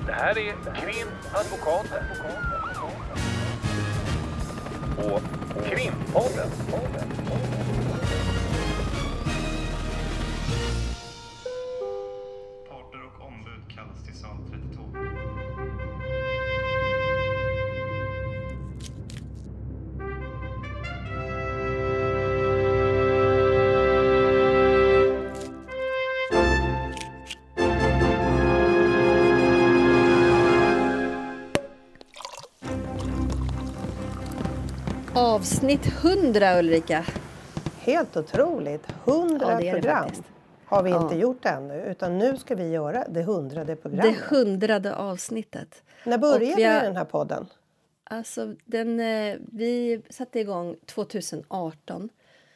Det här är Krimadvokaten. Och Krimpodden. Parter och ombud kallas till sal 32. Avsnitt 100, Ulrika. Helt otroligt. 100 Ja, det är det program faktiskt. har vi Ja. inte gjort ännu. Utan nu ska vi göra det 100:e programmet. Det 100:e avsnittet. När började Och vi den här podden? Alltså, vi satte igång 2018.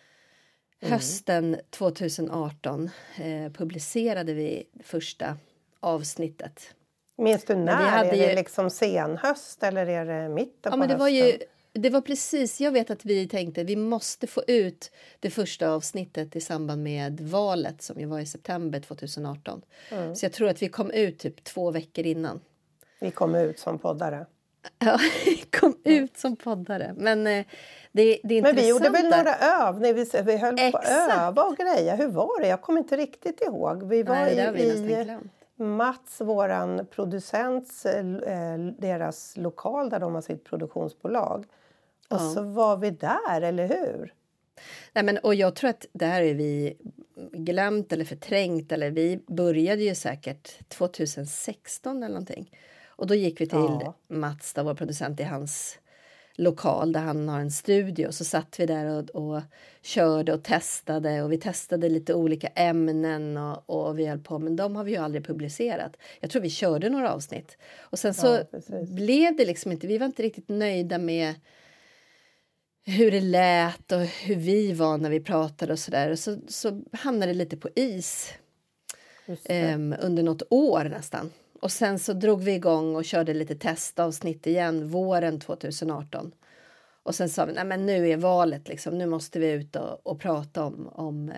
Hösten 2018 publicerade vi första avsnittet. Minns du vi när? hade Är ju- det liksom senhöst eller är det mitten Ja, på men hösten? det var precis, jag vet att vi tänkte vi måste få ut det första avsnittet i samband med valet som ju var i september 2018. Så jag tror att vi kom ut typ 2 veckor innan. Vi kom ut som poddare. Ja, vi kom ut som poddare. Men det intressanta... Men vi gjorde väl några övningar. Vi höll på att Exakt. öva och grejer. Hur var det? Jag kommer inte riktigt ihåg. Vi var Nej, det har vi nästan i glömt. Mats, våran producents, deras lokal där de har sitt produktionsbolag. Och så var vi där, eller hur? Nej, men, och jag tror att det här är vi glömt eller förträngt. Eller vi började ju säkert 2016 eller någonting. Och då gick vi till Mats, där vår producent, i hans lokal där han har en studio. Så satt vi där och körde och testade. Och vi testade lite olika ämnen och vi höll på. Men de har vi ju aldrig publicerat. Jag tror vi körde några avsnitt. Och sen så blev det liksom inte, vi var inte riktigt nöjda med hur det lät och hur vi var när vi pratade och sådär. Så hamnade det lite på is under något år nästan. Och sen så drog vi igång och körde lite testavsnitt igen våren 2018. Och sen sa vi, nej men nu är valet liksom, nu måste vi ut och prata om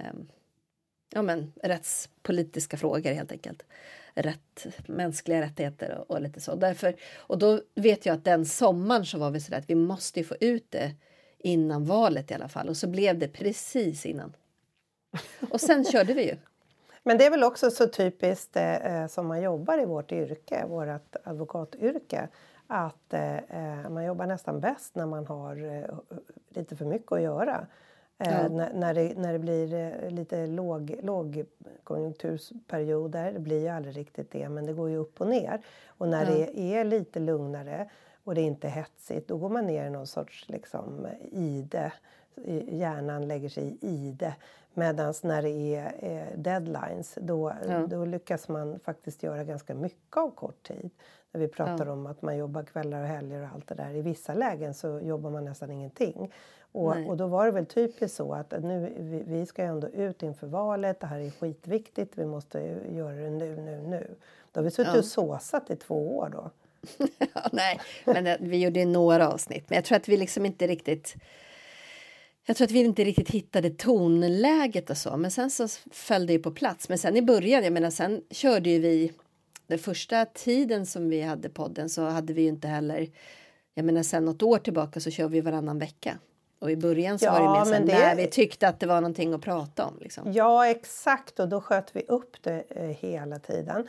rättspolitiska frågor helt enkelt. Mänskliga rättigheter och lite så. Därför, och då vet jag att den sommaren så var vi sådär att vi måste ju få ut det innan valet i alla fall. Och så blev det precis innan. Och sen körde vi ju. Men det är väl också så typiskt som man jobbar i vårt advokatyrke. Att man jobbar nästan bäst när man har lite för mycket att göra. När det blir lite lågkonjunktursperioder, det blir ju aldrig riktigt det, men det går ju upp och ner. Och när det är lite lugnare och det är inte hetsigt, då går man ner i någon sorts liksom ide. Hjärnan lägger sig i det. Medan när det är deadlines, då lyckas man faktiskt göra ganska mycket av kort tid. När vi pratar om att man jobbar kvällar och helger och allt det där. I vissa lägen så jobbar man nästan ingenting. Och då var det väl typiskt så att nu, vi ska ändå ut inför valet. Det här är skitviktigt. Vi måste göra det nu. Då har vi suttit och såsat i 2 år då. Nej, men vi gjorde några avsnitt. Men jag tror att vi liksom inte riktigt... Jag tror att vi inte riktigt hittade tonläget och så. Men sen så föll det ju på plats. Men sen i början, jag menar, sen körde ju vi... Den första tiden som vi hade podden så hade vi ju inte heller... Jag menar, sen något år tillbaka så kör vi varannan vecka. Och i början så var det mer sen när vi tyckte att det var någonting att prata om. Liksom. Ja, exakt. Och då sköt vi upp det hela tiden.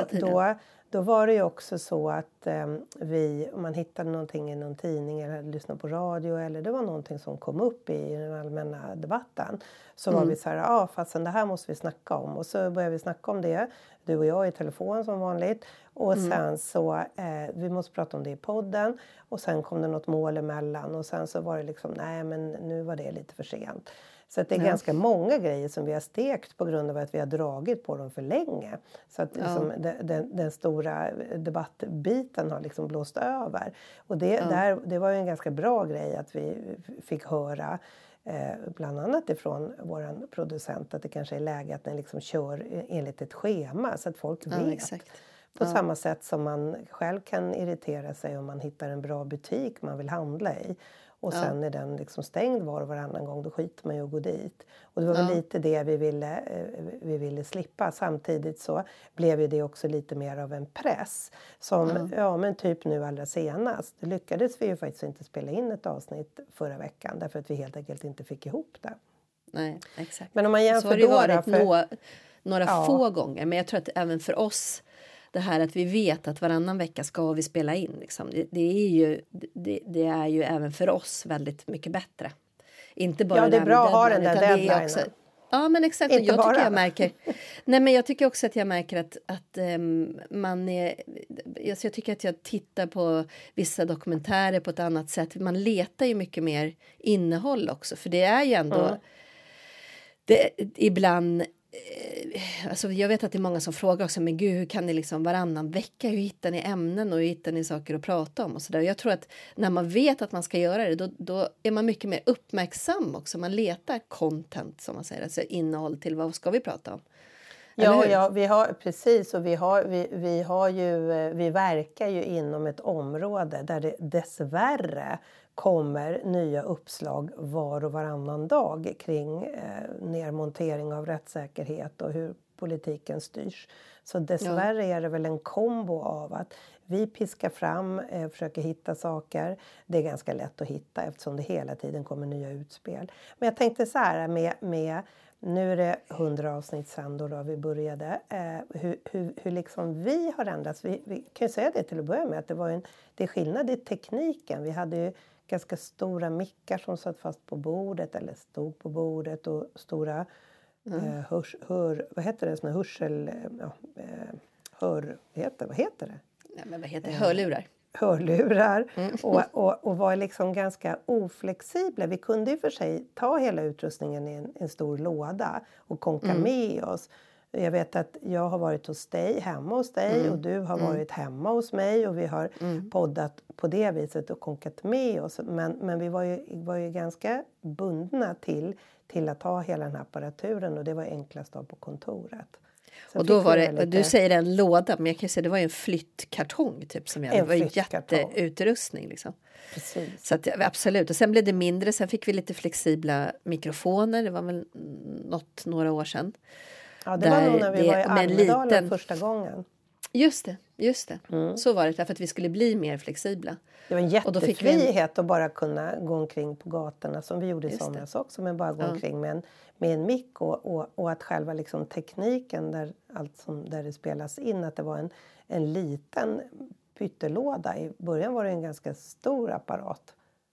Då var det ju också så att om man hittade någonting i någon tidning eller lyssnade på radio eller det var någonting som kom upp i den allmänna debatten. Så var vi så här, fastän det här måste vi snacka om. Och så började vi snacka om det, du och jag i telefon som vanligt. Och sen så, vi måste prata om det i podden. Och sen kom det något mål emellan och sen så var det liksom, nej men nu var det lite för sent. Så att det är ganska många grejer som vi har stekt på grund av att vi har dragit på dem för länge. Så att liksom, den stora debattbiten har liksom blåst över. Och det var ju en ganska bra grej att vi fick höra bland annat ifrån vår producent att det kanske är läge att den liksom kör enligt ett schema så att folk vet. Exakt. På samma sätt som man själv kan irritera sig om man hittar en bra butik man vill handla i. Och sen är den liksom stängd var och varannan gång, då skiter man ju att gå dit. Och det var väl lite det vi ville slippa. Samtidigt så blev ju det också lite mer av en press. Som, men typ nu allra senast. Det lyckades vi ju faktiskt inte spela in ett avsnitt förra veckan. Därför att vi helt enkelt inte fick ihop det. Nej, exakt. Men om man jämför så har det varit några få gånger. Men jag tror att även för oss, det här att vi vet att varannan vecka ska vi spela in. Liksom. Det är ju även för oss väldigt mycket bättre. Inte bara det är bra att ha den där deadlinen. Ja, men exakt. Inte jag tycker jag märker. Nej, men jag tycker också att jag märker att man är. Jag tycker att jag tittar på vissa dokumentärer på ett annat sätt. Man letar ju mycket mer innehåll också. För det är ju ändå. Ibland. Alltså jag vet att det är många som frågar också, men gud, hur kan ni liksom varannan vecka, hur hittar ni ämnen och hur hittar ni saker att prata om och sådär. Jag tror att när man vet att man ska göra det, då är man mycket mer uppmärksam också. Man letar content, som man säger, alltså innehåll till vad ska vi prata om. Ja, vi har precis, och vi verkar ju inom ett område där det dessvärre kommer nya uppslag var och varannan dag kring nedmontering av rättssäkerhet och hur politiken styrs. Så dessvärre är det väl en kombo av att vi piskar fram, försöker hitta saker. Det är ganska lätt att hitta eftersom det hela tiden kommer nya utspel. Men jag tänkte så här med nu är det 100 avsnitt sedan då vi började. Hur liksom vi har ändrats. Vi kan ju säga det till att börja med att det är skillnad i tekniken. Vi hade ju ganska stora mickar som satt fast på bordet eller stod på bordet och stora vad heter det, såna hörsel vad heter det? Ja, men vad heter det? Hörlurar och var liksom ganska oflexibla. Vi kunde i och för sig ta hela utrustningen i en stor låda och konka med oss. Jag vet att jag har varit hemma hos dig och du har varit hemma hos mig och vi har poddat på det viset och konkat med oss. Men vi var ju ganska bundna till att ha hela den här apparaturen och det var enklast av på kontoret. Och då var det, du säger en låda, men jag kan säga det var ju en flyttkartong typ som det var ju jätteutrustning liksom. Precis. Så att, absolut, och sen blev det mindre, sen fick vi lite flexibla mikrofoner, det var väl några år sedan. Ja, det var nog när vi var i Almedalen första gången. Just det. Så var det, därför att vi skulle bli mer flexibla. Det var en jättefrihet att bara kunna gå omkring på gatorna som vi gjorde i somras också. Men bara gå omkring med en mick och att själva liksom tekniken där det spelas in. Att det var en liten pyttelåda. I början var det en ganska stor apparat.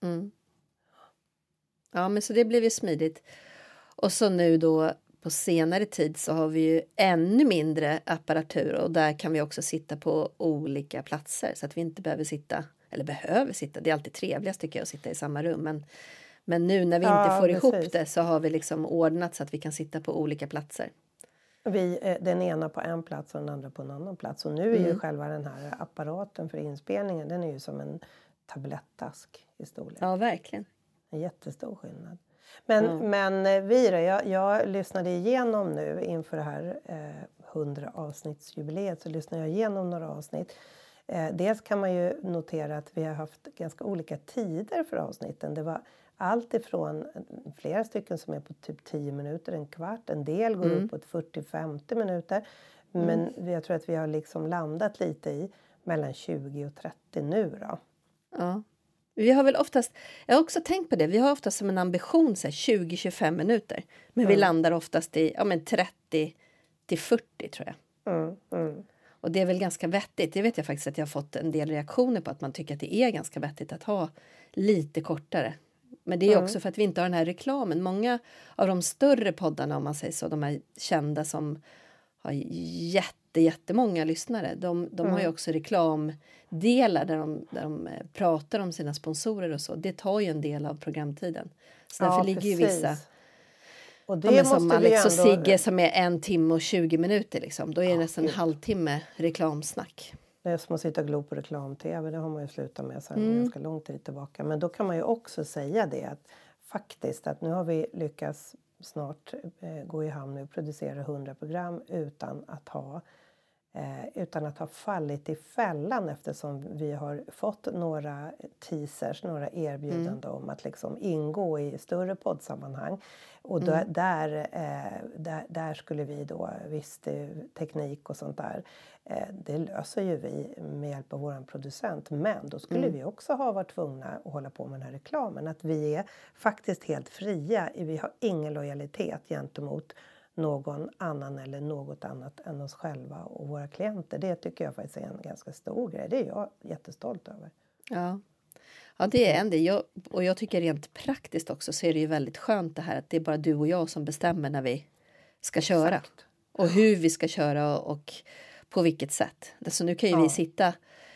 Ja, men så det blev ju smidigt. Och så nu då på senare tid så har vi ju ännu mindre apparatur. Och där kan vi också sitta på olika platser. Så att vi inte behöver sitta. Det är alltid trevligast tycker jag att sitta i samma rum. Men nu när vi inte får ihop det så har vi liksom ordnat så att vi kan sitta på olika platser. Den ena på en plats och den andra på en annan plats. Och nu är ju själva den här apparaten för inspelningen, den är ju som en tablettask i storlek. Ja, verkligen. En jättestor skillnad. Men vi då, jag lyssnade igenom nu inför det här 100 avsnittsjubileet så lyssnade jag igenom några avsnitt. Dels kan man ju notera att vi har haft ganska olika tider för avsnitten. Det var allt ifrån flera stycken som är på typ 10 minuter, en kvart. En del går upp på 40-50 minuter. Men jag tror att vi har liksom landat lite i mellan 20 och 30 nu då. Ja. Vi har väl oftast, jag har också tänkt på det, vi har oftast som en ambition 20-25 minuter. Men vi landar oftast i 30-40 tror jag. Och det är väl ganska vettigt. Det vet jag faktiskt att jag har fått en del reaktioner på att man tycker att det är ganska vettigt att ha lite kortare. Men det är också för att vi inte har den här reklamen. Många av de större poddarna, om man säger så, de är kända som har jättemånga lyssnare. De har ju också reklamdelar där de pratar om sina sponsorer och så. Det tar ju en del av programtiden. Så därför ligger ju vissa... Och det måste som Alex och Sigge som är 1 timme och 20 minuter liksom. Då är det nästan en halvtimme reklamsnack. Det är som att sitta och glo på reklam-tv. Det har man ju slutat med sedan ganska lång tid tillbaka. Men då kan man ju också säga det att faktiskt att nu har vi lyckats snart gå i hamn och producera 100 program utan att ha utan att ha fallit i fällan, eftersom vi har fått några teasers, några erbjudanden om att liksom ingå i större poddsammanhang. Och där skulle vi då, visst teknik och sånt där, det löser ju vi med hjälp av vår producent. Men då skulle vi också ha varit tvungna att hålla på med den här reklamen. Att vi är faktiskt helt fria, vi har ingen lojalitet gentemot någon annan eller något annat än oss själva och våra klienter. Det tycker jag faktiskt är en ganska stor grej. Det är jag jättestolt över. Ja, det är det. Och jag tycker rent praktiskt också så är det ju väldigt skönt det här att det är bara du och jag som bestämmer när vi ska köra. Exakt. Och hur vi ska köra och på vilket sätt. Så nu kan ju vi sitta...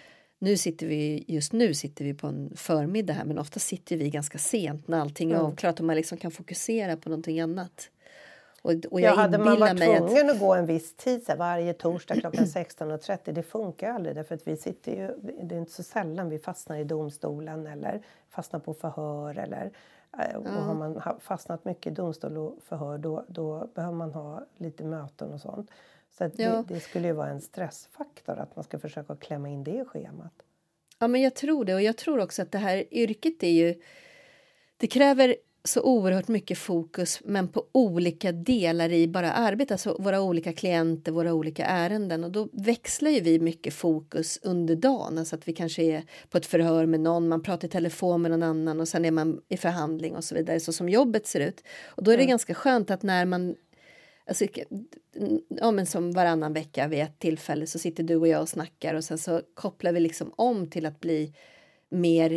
Just nu sitter vi på en förmiddag här, men ofta sitter vi ganska sent när allting är avklarat och man liksom kan fokusera på någonting annat. Och jag hade man varit tvungen att gå en viss tid så varje torsdag klockan 16.30, det funkar aldrig, därför att vi sitter ju, det är inte så sällan vi fastnar i domstolen eller fastnar på förhör eller och har man fastnat mycket i domstol och förhör då behöver man ha lite möten och sånt. Så att det skulle ju vara en stressfaktor att man ska försöka klämma in det i schemat. Ja, men jag tror det, och jag tror också att det här yrket är ju, det kräver så oerhört mycket fokus, men på olika delar i bara arbete, alltså våra olika klienter, våra olika ärenden, och då växlar ju vi mycket fokus under dagen, alltså att vi kanske är på ett förhör med någon, man pratar i telefon med någon annan och sen är man i förhandling och så vidare, så som jobbet ser ut. Och då är det ganska skönt att när man, alltså, men som varannan vecka vid ett tillfälle så sitter du och jag och snackar och sen så kopplar vi liksom om till att bli mer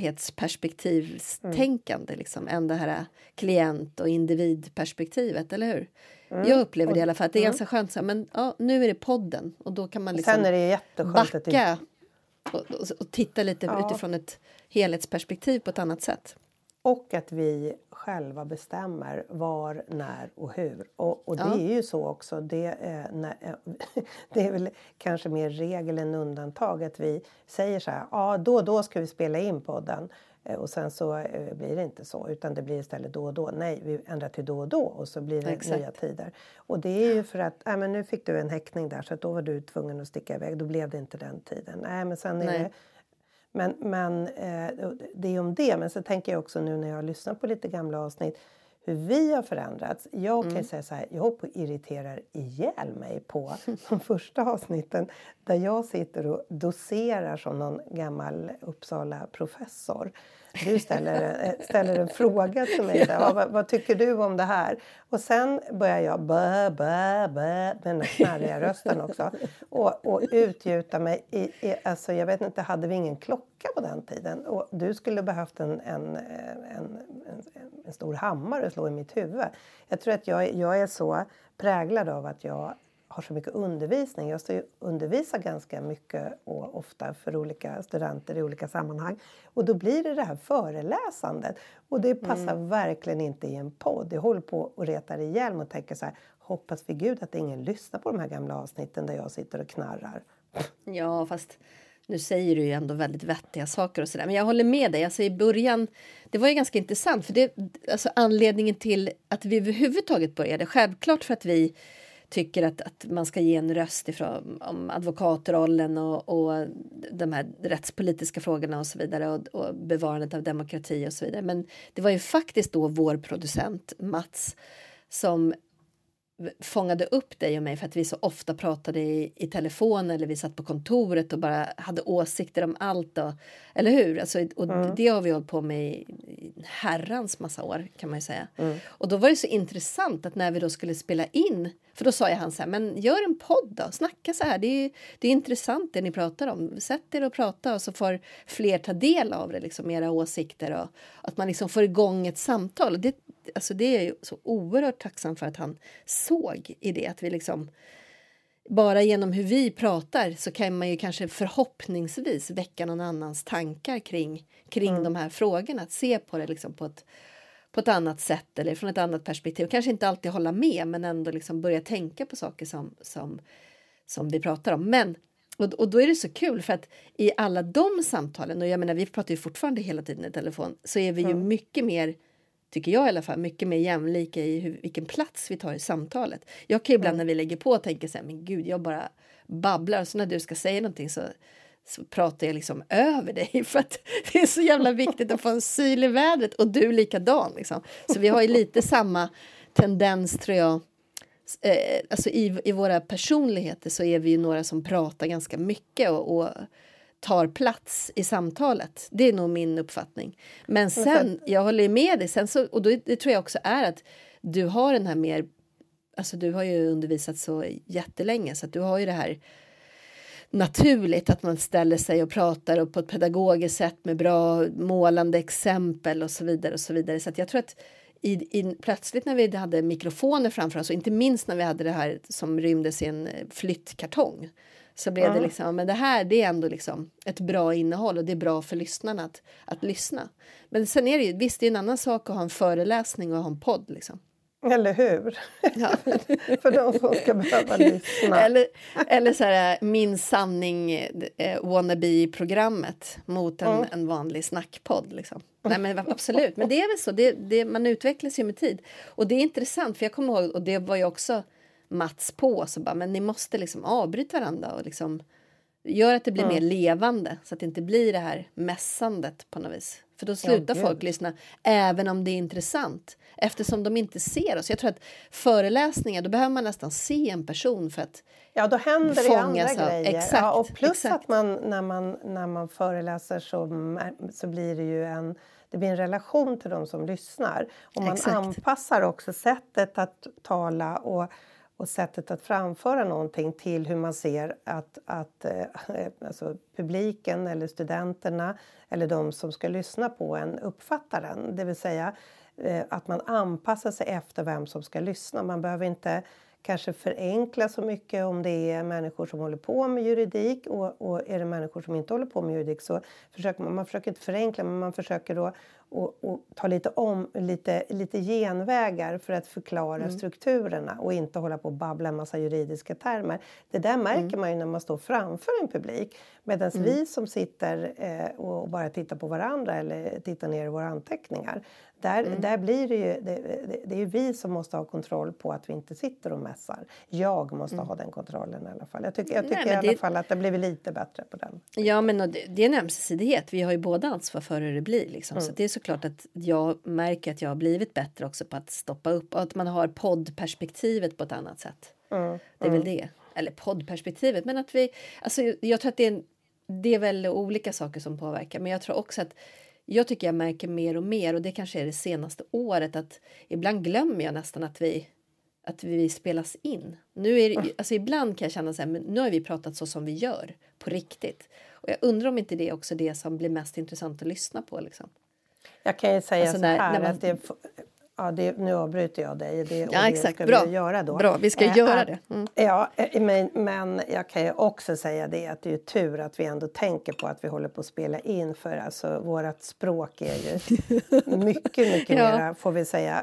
helhetsperspektivstänkande liksom, än det här klient- och individperspektivet, eller hur? Jag upplever det i alla fall, att det är ganska skönt så här, men nu är det podden och då kan man liksom sen är det jätteskönt backa och titta lite utifrån ett helhetsperspektiv på ett annat sätt. Och att vi själva bestämmer var, när och hur. Och det är ju så också. Det är väl kanske mer regel än undantag att vi säger så här. Då ska vi spela in podden. Och sen så blir det inte så. Utan det blir istället då och då. Nej, vi ändrar till då och då. Och så blir det nya tider. Och det är ju för att men nu fick du en häckning där. Så att då var du tvungen att sticka iväg. Då blev det inte den tiden. Nej, men sen är det... Men det är om det. Men så tänker jag också nu när jag lyssnar på lite gamla avsnitt. Hur vi har förändrats. Jag kan säga så här. Jag håller på att irritera ihjäl mig på de första avsnitten. Där jag sitter och doserar som någon gammal Uppsala professor. Du ställer en fråga till mig. Där, vad tycker du om det här? Och sen börjar jag med den knarriga rösten också. Och utgjuta mig alltså jag vet inte, hade vi ingen klocka på den tiden? Och du skulle behövt en stor hammare att slå i mitt huvud. Jag tror att jag är så präglad av att jag har så mycket undervisning. Jag undervisar ganska mycket och ofta för olika studenter i olika sammanhang. Och då blir det här föreläsandet. Och det passar verkligen inte i en podd. Jag håller på att reta ihjäl och tänker så här. Hoppas för Gud att ingen lyssnar på de här gamla avsnitten där jag sitter och knarrar. Ja, fast nu säger du ju ändå väldigt vettiga saker och sådär. Men jag håller med dig. Alltså i början, det var ju ganska intressant. För det, alltså anledningen till att vi överhuvudtaget började. Självklart för att vi tycker att man ska ge en röst om advokatrollen och de här rättspolitiska frågorna och så vidare och bevarandet av demokrati och så vidare. Men det var ju faktiskt då vår producent Mats som fångade upp dig och mig för att vi så ofta pratade i telefon eller vi satt på kontoret och bara hade åsikter om allt. Eller hur? Alltså, och det har vi hållit på med i herrans massa år kan man ju säga. Och då var det så intressant att när vi då skulle spela in, för då sa jag han så här, men gör en podd då, snacka så här, det är intressant det ni pratar om. Sätt er och prata och så får fler ta del av det, liksom, era åsikter och att man liksom får igång ett samtal. Och det är jag så oerhört tacksam för att han såg i det, att vi liksom bara genom hur vi pratar så kan man ju kanske förhoppningsvis väcka någon annans tankar kring de här frågorna, att se på det liksom på ett annat sätt eller från ett annat perspektiv. Och kanske inte alltid hålla med, men ändå liksom börja tänka på saker som vi pratar om. Men, och då är det så kul för att i alla de samtalen, och jag menar vi pratar ju fortfarande hela tiden i telefon, så är vi ju mycket mer tycker jag i alla fall, mycket mer jämlika i vilken plats vi tar i samtalet. Jag kan ju ibland när vi lägger på tänka så här, men gud, jag bara babblar. Så när du ska säga någonting så pratar jag liksom över dig. För att det är så jävla viktigt att få en syl i vädret. Och du likadan liksom. Så vi har ju lite samma tendens, tror jag. Alltså i våra personligheter så är vi ju några som pratar ganska mycket och tar plats i samtalet. Det är nog min uppfattning. Men sen, jag håller med dig. Sen så, och det tror jag också är att du har den här mer... Alltså du har ju undervisat så jättelänge så att du har ju det här naturligt att man ställer sig och pratar och på ett pedagogiskt sätt med bra målande exempel och så vidare och så vidare. Så att jag tror att plötsligt när vi hade mikrofoner framför oss och inte minst när vi hade det här som rymdes i en flyttkartong så blev det liksom, men det här det är ändå liksom ett bra innehåll och det är bra för lyssnarna att lyssna. Men sen är det ju, visst det är en annan sak att ha en föreläsning och ha en podd liksom. Eller hur? Ja. För de som ska behöva lyssna. Eller så här, min sanning wannabe-programmet mot en vanlig snackpodd. Liksom. Nej men absolut, men det är väl så. Man utvecklas ju med tid. Och det är intressant, för jag kommer ihåg, och det var ju också Mats på, så bara, men ni måste liksom avbryta varandra och liksom gör att det blir mer levande. Så att det inte blir det här mässandet på något vis. För då slutar folk lyssna, även om det är intressant. Eftersom de inte ser oss. Jag tror att föreläsningar, då behöver man nästan se en person för att då händer det andra grejer. Exakt, ja, och plus exakt. Att man, när man föreläser så blir det ju det blir en relation till de som lyssnar. Och man anpassar också sättet att tala och sättet att framföra någonting till hur man ser att alltså publiken eller studenterna eller de som ska lyssna på en uppfattar den. Det vill säga att man anpassar sig efter vem som ska lyssna. Man behöver inte kanske förenkla så mycket om det är människor som håller på med juridik och är det människor som inte håller på med juridik så försöker man försöker inte förenkla, men man försöker då och ta lite genvägar för att förklara strukturerna och inte hålla på och babbla en massa juridiska termer. Det där märker man ju när man står framför en publik. Medan vi som sitter och bara tittar på varandra eller tittar ner i våra anteckningar. Där blir det ju, det är ju vi som måste ha kontroll på att vi inte sitter och mässar. Jag måste ha den kontrollen i alla fall. Jag tycker i alla fall att det blir lite bättre på den. Ja, men det är en ömsesidighet. Vi har ju båda ansvar för hur det blir. Liksom. Så det är såklart att jag märker att jag har blivit bättre också på att stoppa upp. Och att man har poddperspektivet på ett annat sätt. Det är väl det. Eller poddperspektivet. Men att vi, alltså jag tror att det är väl olika saker som påverkar. Men jag tror också att jag tycker jag märker mer och mer, och det kanske är det senaste året, att ibland glömmer jag nästan att vi spelas in. Nu är det, alltså ibland kan jag känna så här, men nu har vi pratat så som vi gör på riktigt. Och jag undrar om inte det är också det som blir mest intressant att lyssna på liksom. Jag kan ju säga alltså så här att nu avbryter jag dig. Exakt. Ska bra. Vi göra då. Bra, vi ska göra det. Ja, men jag kan ju också säga det att det är tur att vi ändå tänker på att vi håller på att spela in, för alltså vårat språk är ju mycket mer, får vi säga,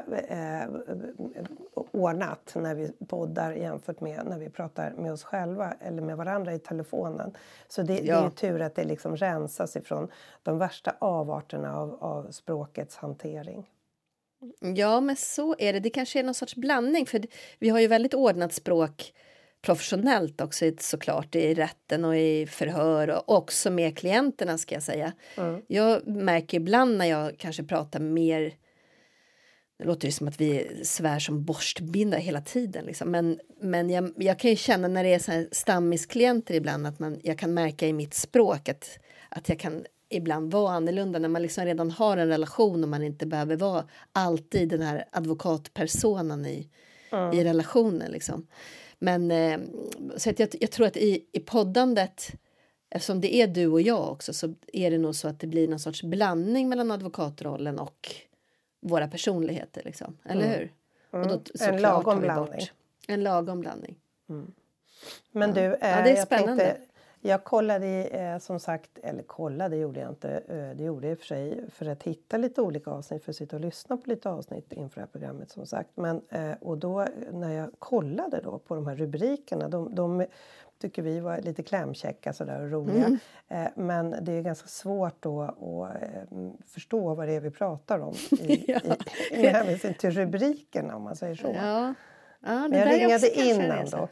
ordnat när vi poddar jämfört med när vi pratar med oss själva eller med varandra i telefonen. Så det är ju tur att det liksom rensas ifrån de värsta avarterna av språkets hantering. Ja, men så är det. Det kanske är någon sorts blandning. För vi har ju väldigt ordnat språk professionellt också, såklart, i rätten och i förhör. Och också med klienterna, ska jag säga. Jag märker ibland när jag kanske pratar mer... Det låter ju som att vi svär som borstbindare hela tiden. Liksom. Men jag kan ju känna när det är så här stammisklienter ibland att jag kan märka i mitt språk att jag kan... ibland vara annorlunda när man liksom redan har en relation och man inte behöver vara alltid den här advokatpersonen i relationen liksom. Men så att jag tror att i poddandet, eftersom det är du och jag också, så är det nog så att det blir någon sorts blandning mellan advokatrollen och våra personligheter liksom. Eller hur? Och då, en lagom blandning. En lagom blandning. Men du, det är spännande. Jag kollade som sagt, eller kollade gjorde jag inte, det gjorde jag i och för sig för att hitta lite olika avsnitt, för att sitta och lyssna på lite avsnitt inför det här programmet som sagt. Men, och då när jag kollade då på de här rubrikerna, de tycker vi var lite klämkäcka sådär och roliga. Men det är ganska svårt då att förstå vad det är vi pratar om i hänvisning till rubrikerna, om man säger så. Ja, det men jag ringade innan då.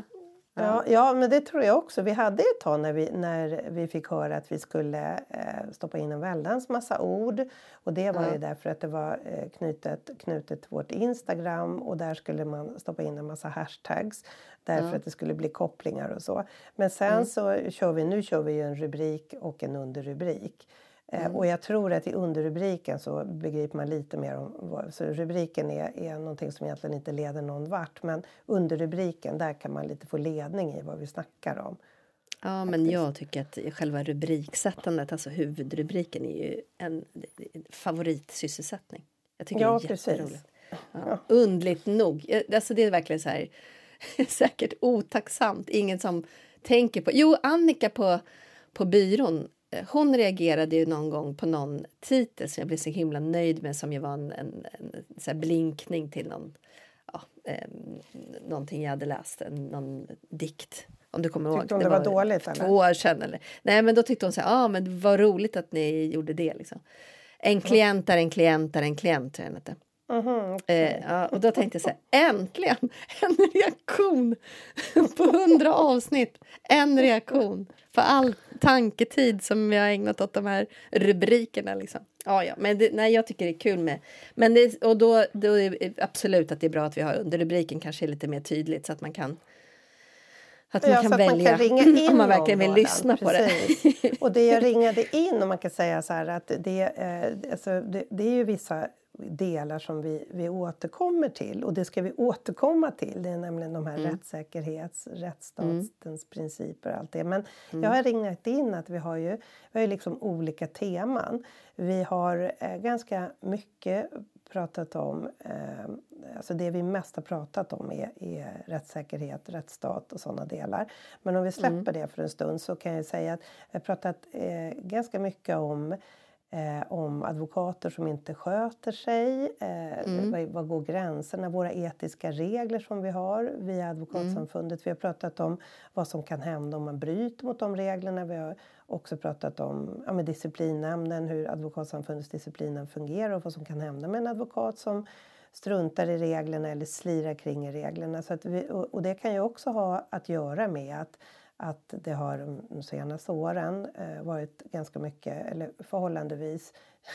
Ja, men det tror jag också. Vi hade ett tag när vi fick höra att vi skulle stoppa in en väldans massa ord. Och det var ju därför att det var knutet till vårt Instagram. Och där skulle man stoppa in en massa hashtags. Därför att det skulle bli kopplingar och så. Men sen så kör vi ju en rubrik och en underrubrik. Och jag tror att i underrubriken så begriper man lite mer om så rubriken är någonting som egentligen inte leder någon vart, men underrubriken, där kan man lite få ledning i vad vi snackar om. Ja, men jag tycker att själva rubriksättandet, alltså huvudrubriken, är ju en favoritsysselsättning. Jag tycker det är jätteroligt. Ja. Undligt nog. Alltså det är verkligen så här säkert otacksamt. Ingen som tänker på. Jo, Annika på byrån, hon reagerade ju någon gång på någon titel som jag blev så himla nöjd med, som ju var en så här blinkning till någonting jag hade läst, någon dikt. Om du kommer ihåg. Tyckte hon det var dåligt eller? 2 år sedan eller? Nej, men då tyckte hon så här, men vad roligt att ni gjorde det liksom. En klient är en klient är en klient, tror jag inte. Och då tänkte jag så här, äntligen en reaktion på 100 avsnitt. En reaktion för all tanketid som vi har ägnat åt de här rubrikerna liksom. Ja, men jag tycker det är kul med. Men då är det absolut att det är bra att vi har underrubriken kanske lite mer tydligt, så att man kan välja man kan ringa in om man verkligen vill lyssna på det. Och det jag ringade in, om man kan säga så här, att det är ju vissa delar som vi återkommer till, och det ska vi återkomma till. Det är nämligen de här rättsstatens principer och allt det. Men jag har ringat in att vi har ju liksom olika teman. Vi har ganska mycket pratat om, alltså det vi mest har pratat om är rättssäkerhet, rättsstat och sådana delar. Men om vi släpper det för en stund, så kan jag säga att jag har pratat ganska mycket om advokater som inte sköter sig. Vad går gränserna? Våra etiska regler som vi har via advokatsamfundet. Vi har pratat om vad som kan hända om man bryter mot de reglerna. Vi har också pratat om med disciplinnämnden, hur advokatsamfundets disciplinen fungerar och vad som kan hända med en advokat som struntar i reglerna eller slirar kring i reglerna. Så att och det kan ju också ha att göra med att det har de senaste åren varit ganska mycket, eller förhållandevis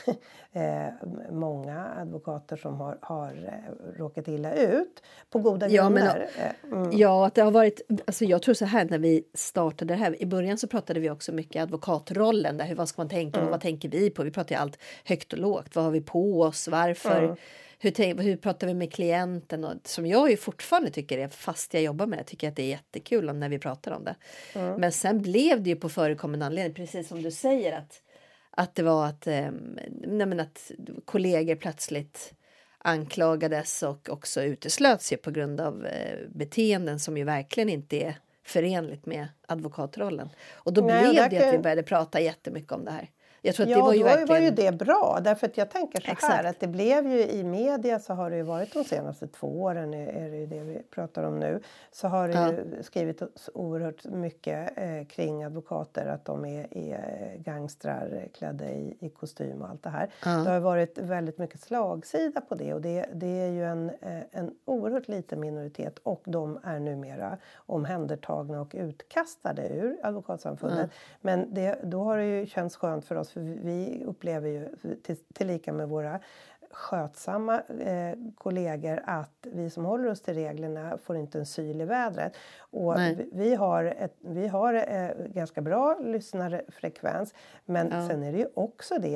många advokater som har råkat illa ut på goda grunder. Ja, att det har varit, alltså jag tror så här, när vi startade det här, i början så pratade vi också mycket advokatrollen, där vad ska man tänka, vad tänker vi på? Vi pratar ju allt högt och lågt, vad har vi på oss, varför? Hur pratar vi med klienten? Och, som jag ju fortfarande tycker är, fast jag jobbar med det, tycker jag att det är jättekul när vi pratar om det. Men sen blev det ju på förekommande anledning, precis som du säger, att det var att kollegor plötsligt anklagades och också uteslöts ju på grund av beteenden som ju verkligen inte är förenligt med advokatrollen. Och då blev det att vi började prata jättemycket om det här. Jag tror att det var ju verkligen... var ju det bra. Därför att jag tänker så här, att det blev ju i media, så har det ju varit de senaste 2 åren, är det ju det vi pratar om nu. Så har det ju skrivit oerhört mycket kring advokater, att de är gangstrar klädda i kostym och allt det här. Det har varit väldigt mycket slagsida på det, och det är ju en oerhört liten minoritet, och de är numera omhändertagna och utkastade ur advokatsamfundet. Men då har det ju känts skönt för oss, för vi upplever ju tillika med våra skötsamma kollegor att vi som håller oss till reglerna får inte en syl i vädret. Och vi har ganska bra lyssnarfrekvens, men sen är det ju också det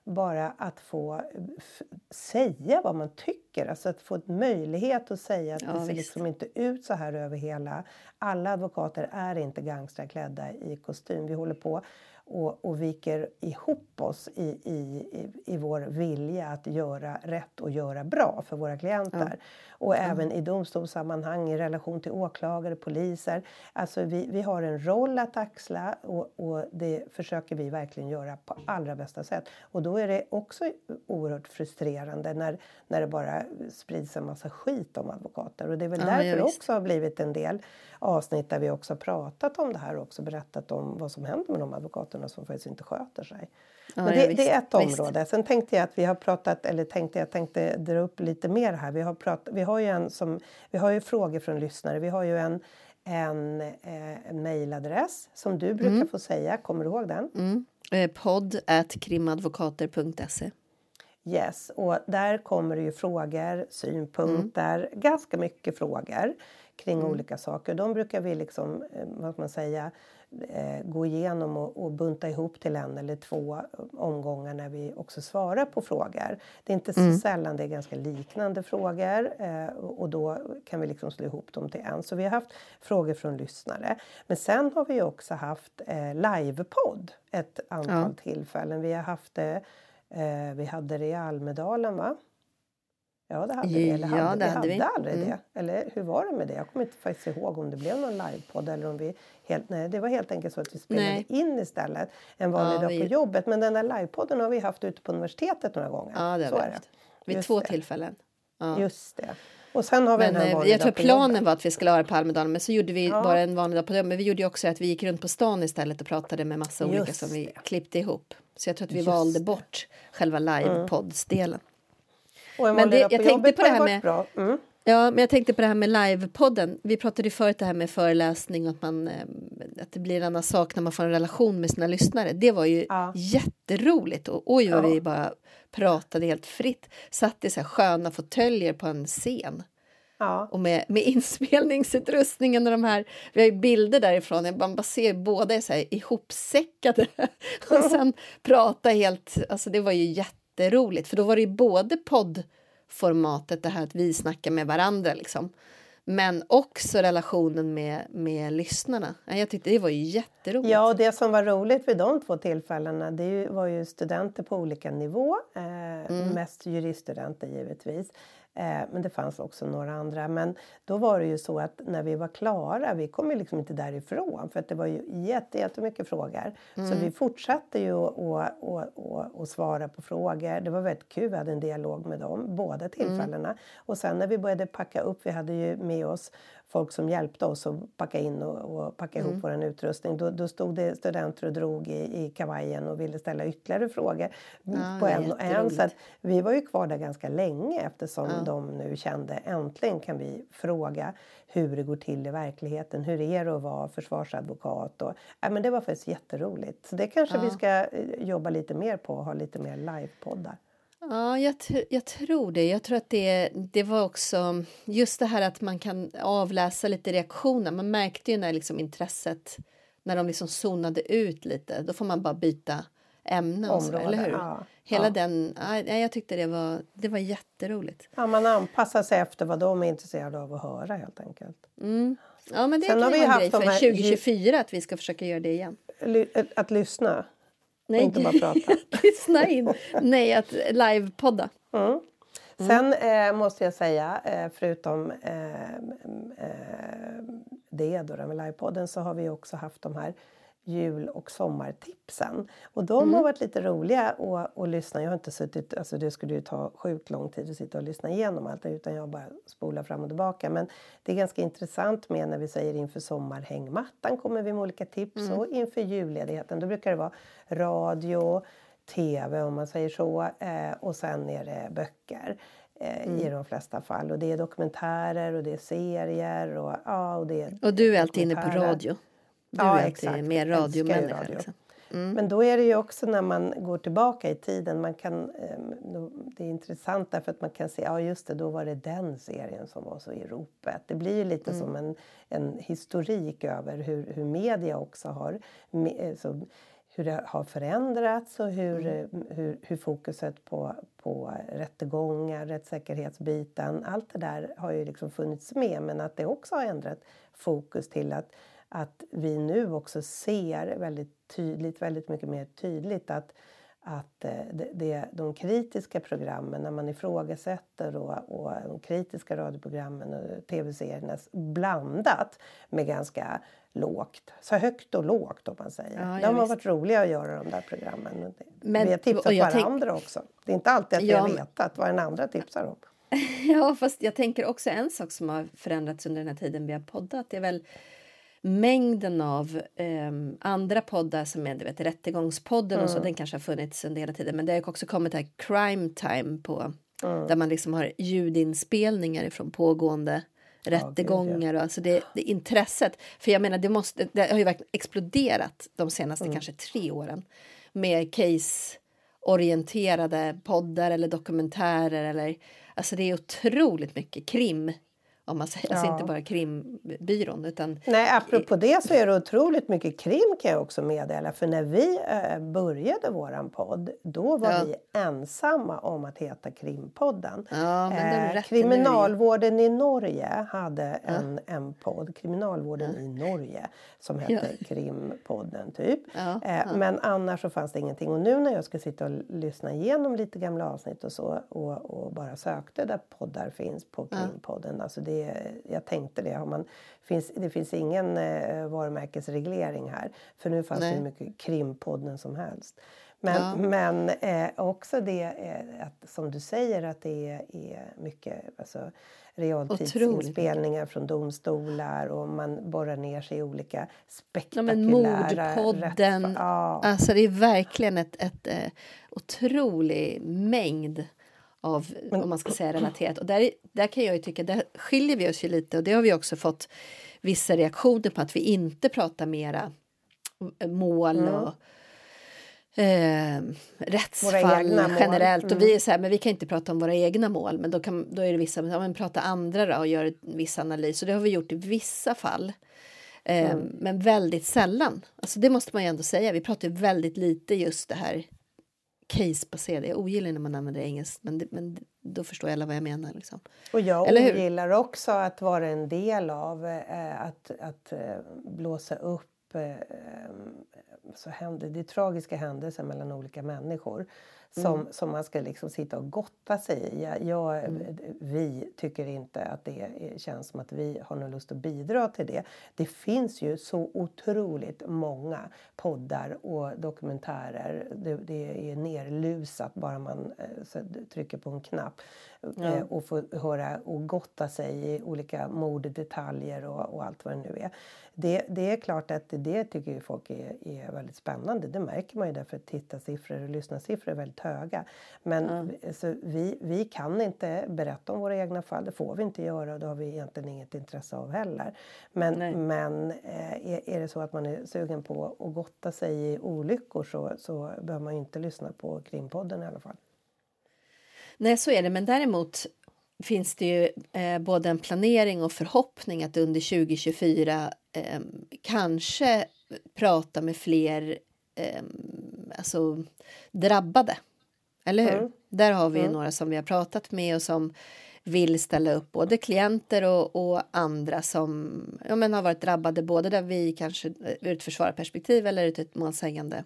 bara att få säga vad man tycker. Alltså att få möjlighet att säga att det ser liksom inte ut så här över hela. Alla advokater är inte gangstrar klädda i kostym. Vi håller på och viker ihop oss i vår vilja att göra rätt och göra bra för våra klienter. Och även i domstolssammanhang, i relation till åklagare, poliser. Alltså vi har en roll att axla och det försöker vi verkligen göra på allra bästa sätt. Och då är det också oerhört frustrerande när det bara sprids en massa skit om advokater. Och det är väl därför det också har blivit en del avsnitt där vi också har pratat om det här och också berättat om vad som händer med de advokaterna som faktiskt inte sköter sig. Men det är ett område. Sen tänkte jag att vi har pratat, eller jag tänkte dra upp lite mer här. Vi har ju frågor från lyssnare. Vi har ju en mejladress som du brukar få säga. Kommer du ihåg den? podd@krimadvokater.se. Yes, och där kommer det ju frågor, synpunkter, ganska mycket frågor kring olika saker. De brukar vi liksom, vad man säga, gå igenom och bunta ihop till en eller två omgångar när vi också svarar på frågor. Det är inte så sällan, det är ganska liknande frågor och då kan vi liksom slå ihop dem till en. Så vi har haft frågor från lyssnare. Men sen har vi också haft livepodd ett antal tillfällen. Vi har haft det, vi hade det i Almedalen, va? Ja, det hade vi. Eller vi hade aldrig det. Eller hur var det med det? Jag kommer inte faktiskt ihåg om det blev någon livepodd eller om vi nej, det var helt enkelt så att vi spelade in istället en vanlig dag på jobbet. Men den där livepodden har vi haft ute på universitetet några gånger. Ja, det har vi haft. Vid 2 tillfällen. Ja. Just det. Och sen har vi den här vanliga jag tror planen var att vi skulle ha det på Almedalen, men så gjorde vi bara en vanlig dag på jobbet. Men vi gjorde ju också att vi gick runt på stan istället och pratade med massa olika som vi klippte ihop. Så jag tror att vi valde bort själva livepoddsdelen. Men jag tänkte på det här med men jag tänkte på det här med livepodden. Vi pratade ju förut det här med föreläsning och att det blir en annan sak när man får en relation med sina lyssnare. Det var ju jätteroligt och oj vad vi bara pratade helt fritt. Satt i så här sköna fåtöljer på en scen. Ja. Och med inspelningsutrustningen och de här, vi har ju bilder därifrån, man bara ser båda är så här ihopsäckade och sen prata helt, alltså det var ju jätteroligt för då var det ju både poddformatet, det här att vi snackar med varandra liksom, men också relationen med lyssnarna. Jag tyckte det var ju jätteroligt. Ja, och det som var roligt vid de 2 tillfällena, det var ju studenter på olika nivå, mest juriststudenter givetvis. Men det fanns också några andra. Men då var det ju så att när vi var klara, vi kom ju liksom inte därifrån. För att det var ju jättemycket frågor. Så vi fortsatte ju att svara på frågor. Det var väldigt kul, vi hade en dialog med dem, båda tillfällena. Och sen när vi började packa upp, vi hade ju med oss folk som hjälpte oss att packa in och packa ihop vår utrustning. Då stod det studenter och drog i kavajen och ville ställa ytterligare frågor på en och en. Så att vi var ju kvar där ganska länge eftersom de nu kände äntligen kan vi fråga hur det går till i verkligheten. Hur är det att vara försvarsadvokat? Men det var faktiskt jätteroligt. Så det kanske vi ska jobba lite mer på och ha lite mer livepoddar. Ja, jag tror det. Jag tror att det var också just det här att man kan avläsa lite reaktioner. Man märkte ju när liksom intresset, när de liksom zonade ut lite. Då får man bara byta ämne och så, eller hur? Ja, hela den, jag tyckte det var jätteroligt. Ja, man anpassar sig efter vad de är intresserade av att höra helt enkelt. Ja, men det kan vara en grej för 2024 att vi ska försöka göra det igen. Att lyssna. Nej, inte bara prata. Lyssna in. Nej, att livepodda. Sen måste jag säga, förutom det då med livepodden, så har vi också haft de här jul- och sommartipsen. Och de har varit lite roliga att lyssna. Jag har inte suttit, alltså det skulle ju ta sjukt lång tid att sitta och lyssna igenom allt, utan jag bara spolar fram och tillbaka. Men det är ganska intressant med när vi säger inför sommarhängmattan kommer vi med olika tips. Och inför julledigheten, då brukar det vara radio, tv om man säger så. Och sen är det böcker. I de flesta fall. Och det är dokumentärer och det är serier. Och du är alltid inne på radio. Du är alltid mer radiomänniska. Radio. Liksom. Men då är det ju också när man går tillbaka i tiden. Det är intressant därför att man kan se. Ja just det, då var det den serien som var så i ropet. Det blir ju lite som en historik över hur media också har. hur det har förändrats och hur fokuset på rättegångar, rättssäkerhetsbiten, allt det där har ju liksom funnits med, men att det också har ändrat fokus till att vi nu också ser väldigt mycket mer tydligt att de kritiska programmen, när man ifrågasätter och de kritiska radioprogrammen och tv-serierna blandat med ganska lågt, så högt och lågt om man säger. De har varit roliga att göra de där programmen. Men, vi har tipsat varandra också. Det är inte alltid att vi har vetat vad den andra tipsar om. Ja, fast jag tänker också en sak som har förändrats under den här tiden vi har poddat. Det är väl mängden av andra poddar som är, du vet, Rättegångspodden och så, den kanske har funnits en del av tiden, men det har också kommit här Crime Time på, där man liksom har ljudinspelningar ifrån pågående rättegångar och alltså det intresset, för jag menar det har ju verkligen exploderat de senaste kanske 3 åren med case-orienterade poddar eller dokumentärer eller, alltså det är otroligt mycket krim. Om man säger, alltså inte bara krimbyrån utan... Nej, apropå det så är det otroligt mycket krim kan jag också meddela. För när vi började våran podd, då var vi ensamma om att heta Krimpodden. Ja, Kriminalvården i Norge hade en podd, Kriminalvården i Norge, som hette Krimpodden typ. Men annars så fanns det ingenting. Och nu när jag ska sitta och lyssna igenom lite gamla avsnitt och så, och bara sökte där poddar finns på Krimpodden, alltså jag tänkte det. Det finns ingen varumärkesreglering här. För nu fanns det mycket Krimpodden som helst. Men också det att, som du säger, att det är mycket alltså, realtidsinspelningar från domstolar. Och man borrar ner sig i olika spektakulära... Mordpodden. Alltså det är verkligen ett otrolig mängd av, om man ska säga, relaterat. Och där kan jag ju tycka, där skiljer vi oss ju lite. Och det har vi också fått vissa reaktioner på, att vi inte pratar mera mål och rättsfall generellt. Och vi är så här, men vi kan inte prata om våra egna mål. Men då är det vissa, men prata andra då och gör en viss analys. Och det har vi gjort i vissa fall. Men väldigt sällan. Alltså det måste man ju ändå säga. Vi pratar ju väldigt lite just det här case-baserade. Jag ogillar när man använder engelskt, men då förstår alla vad jag menar. Liksom. Och jag ogillar också att vara en del av att blåsa upp det är tragiska händelser mellan olika människor som man ska liksom sitta och gotta sig i. Vi tycker inte att det känns som att vi har någon lust att bidra till det. Det finns ju så otroligt många poddar och dokumentärer. Det är nerlusat bara man trycker på en knapp. Och får höra och gotta sig i olika morddetaljer och allt vad det nu är. Det är klart att det tycker ju folk är väldigt spännande. Det märker man ju därför att tittarsiffror och lyssnarsiffror är väldigt höga. Men så vi kan inte berätta om våra egna fall. Det får vi inte göra och det har vi egentligen inget intresse av heller. Men är det så att man är sugen på att gotta sig i olyckor så behöver man ju inte lyssna på Krimpodden i alla fall. Nej, så är det. Men däremot finns det ju både en planering och förhoppning att under 2024 kanske prata med fler alltså drabbade. Eller hur? Där har vi några som vi har pratat med och som vill ställa upp, både klienter och andra som har varit drabbade, både där vi kanske ur ett försvararperspektiv eller ur ett målsägande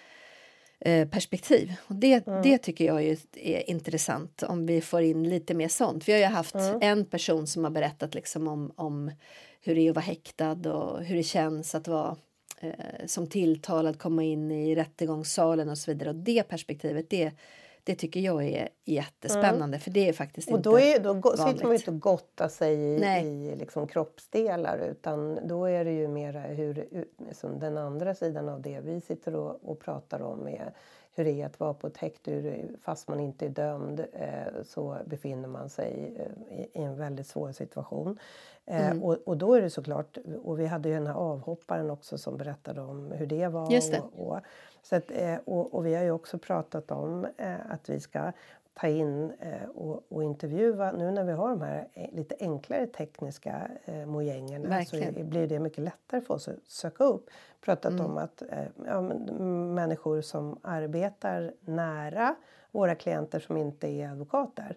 perspektiv. Och det tycker jag är intressant om vi får in lite mer sånt. Vi har ju haft en person som har berättat liksom om hur det är att vara häktad och hur det känns att vara som tilltalad, komma in i rättegångssalen och så vidare. Och det perspektivet, det tycker jag är jättespännande, för det är faktiskt inte vanligt. Då sitter man ju inte och gottar sig i liksom kroppsdelar, utan då är det ju mer som den andra sidan av det vi sitter och pratar om är hur det är att vara på ett häkte. Fast man inte är dömd så befinner man sig i en väldigt svår situation. Och då är det såklart, och vi hade ju den här avhopparen också som berättade om hur det var. Just det. Och vi har ju också pratat om att vi ska ta in och intervjua. Nu när vi har de här lite enklare tekniska mojängerna Verkligen. så blir det mycket lättare för oss att söka upp. Pratat om att människor som arbetar nära våra klienter som inte är advokater.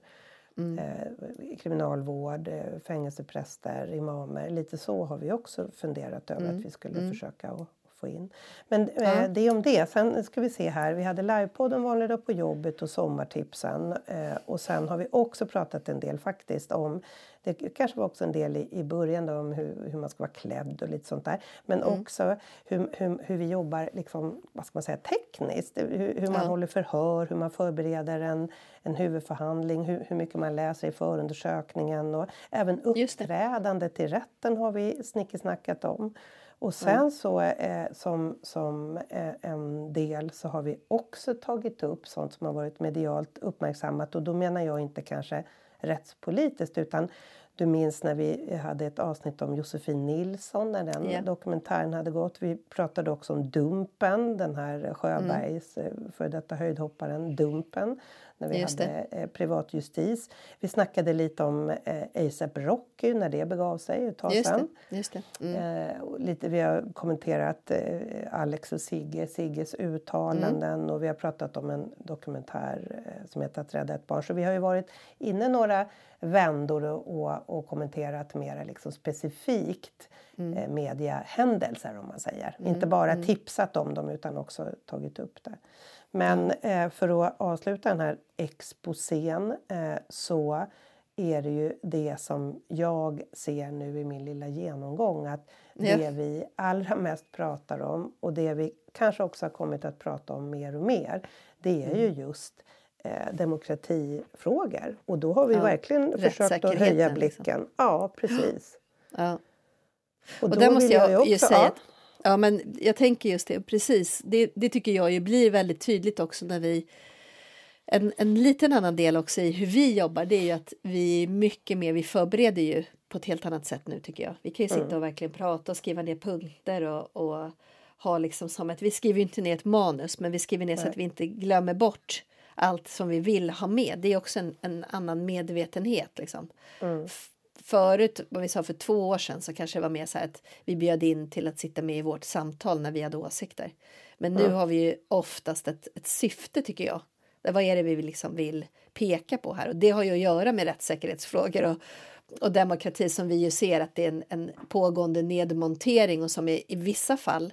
Kriminalvård, fängelsepräster, imamer. Lite så har vi också funderat över att vi skulle försöka att få in. Men det är om det. Sen ska vi se här. Vi hade livepodden vanlig dag på jobbet och sommartipsen. Och sen har vi också pratat en del faktiskt om. Det kanske var också en del i början då, om hur man ska vara klädd och lite sånt där. Men också hur vi jobbar liksom, vad ska man säga, tekniskt. Hur man håller förhör, hur man förbereder en huvudförhandling. Hur mycket man läser i förundersökningen. Och även uppträdandet i rätten har vi snickesnackat om. Och sen så som en del så har vi också tagit upp sånt som har varit medialt uppmärksammat. Och då menar jag inte kanske rättspolitiskt utan du minns när vi hade ett avsnitt om Josefin Nilsson när den dokumentären hade gått. Vi pratade också om Dumpen, den här Sjöbergs för detta höjdhopparen Dumpen. När vi hade privatjustis. Vi snackade lite om A$AP Rocky när det begav sig ett tag sedan. Just det. Lite, vi har kommenterat Alex och Sigges uttalanden. Och vi har pratat om en dokumentär som heter Att rädda ett barn. Så vi har ju varit inne några vändor och kommenterat mer liksom specifikt mediehändelser om man säger. Inte bara tipsat om dem utan också tagit upp det. Men för att avsluta den här exposén så är det ju det som jag ser nu i min lilla genomgång. Att det vi allra mest pratar om och det vi kanske också har kommit att prata om mer och mer. Det är ju just demokratifrågor. Och då har vi verkligen försökt att höja blicken. Liksom. Ja, precis. Ja. Och där måste jag också, ju säga att ja, men jag tänker just det, precis. Det tycker jag ju blir väldigt tydligt också när vi... En liten annan del också i hur vi jobbar, det är ju att vi mycket mer, vi förbereder ju på ett helt annat sätt nu tycker jag. Vi kan ju sitta och verkligen prata och skriva ner punkter och ha liksom som att vi skriver inte ner ett manus, men vi skriver ner så att vi inte glömmer bort allt som vi vill ha med. Det är också en annan medvetenhet liksom. Förut, vad vi sa för 2 år sedan så kanske det var mer så här att vi bjöd in till att sitta med i vårt samtal när vi hade åsikter. Men nu har vi ju oftast ett syfte tycker jag. Vad är det vi liksom vill peka på här? Och det har ju att göra med rättssäkerhetsfrågor och demokrati som vi ju ser att det är en pågående nedmontering och som i vissa fall